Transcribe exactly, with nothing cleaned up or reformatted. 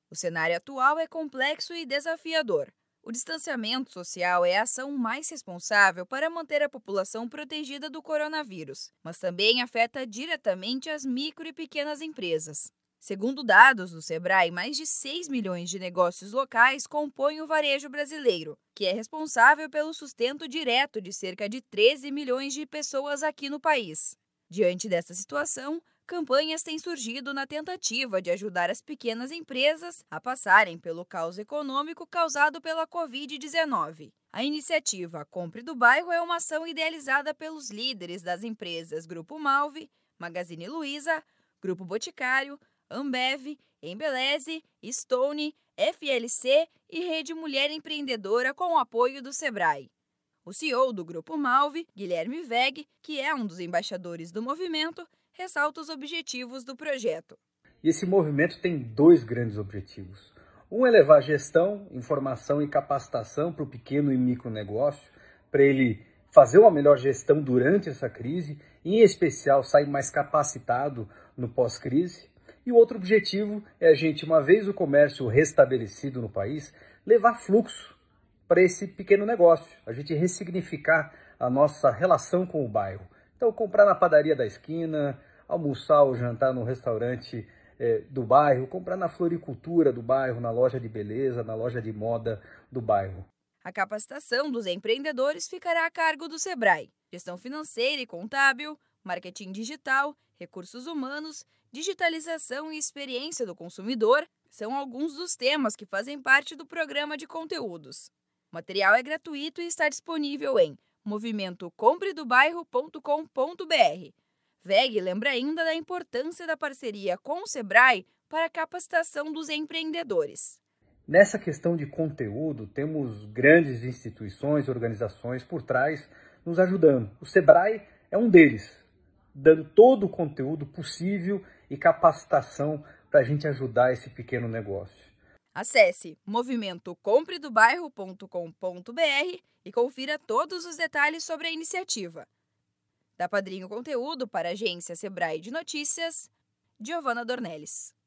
O cenário atual é complexo e desafiador. O distanciamento social é a ação mais responsável para manter a população protegida do coronavírus, mas também afeta diretamente as micro e pequenas empresas. Segundo dados do Sebrae, mais de seis milhões de negócios locais compõem o varejo brasileiro, que é responsável pelo sustento direto de cerca de treze milhões de pessoas aqui no país. Diante dessa situação, campanhas têm surgido na tentativa de ajudar as pequenas empresas a passarem pelo caos econômico causado pela covid dezenove. A iniciativa Compre do Bairro é uma ação idealizada pelos líderes das empresas Grupo Malve, Magazine Luiza, Grupo Boticário, Ambev, Embeleze, Stone, F L C e Rede Mulher Empreendedora com o apoio do Sebrae. O C E O do Grupo Malve, Guilherme Weg, que é um dos embaixadores do movimento, ressalta os objetivos do projeto. E esse movimento tem dois grandes objetivos. Um é levar gestão, informação e capacitação para o pequeno e micro negócio, para ele fazer uma melhor gestão durante essa crise, e em especial sair mais capacitado no pós-crise. E o outro objetivo é a gente, uma vez o comércio restabelecido no país, levar fluxo para esse pequeno negócio, a gente ressignificar a nossa relação com o bairro. Então, comprar na padaria da esquina, almoçar ou jantar no restaurante eh, do bairro, comprar na floricultura do bairro, na loja de beleza, na loja de moda do bairro. A capacitação dos empreendedores ficará a cargo do Sebrae. Gestão financeira e contábil, marketing digital, recursos humanos, digitalização e experiência do consumidor são alguns dos temas que fazem parte do programa de conteúdos. O material é gratuito e está disponível em movimento compre do bairro ponto com ponto br. Weg lembra ainda da importância da parceria com o Sebrae para a capacitação dos empreendedores. Nessa questão de conteúdo, temos grandes instituições, organizações por trás nos ajudando. O Sebrae é um deles, dando todo o conteúdo possível e capacitação para a gente ajudar esse pequeno negócio. Acesse movimento compre do bairro ponto com ponto br e confira todos os detalhes sobre a iniciativa. Da Padrinho Conteúdo para a agência Sebrae de Notícias, Giovana Dornelles.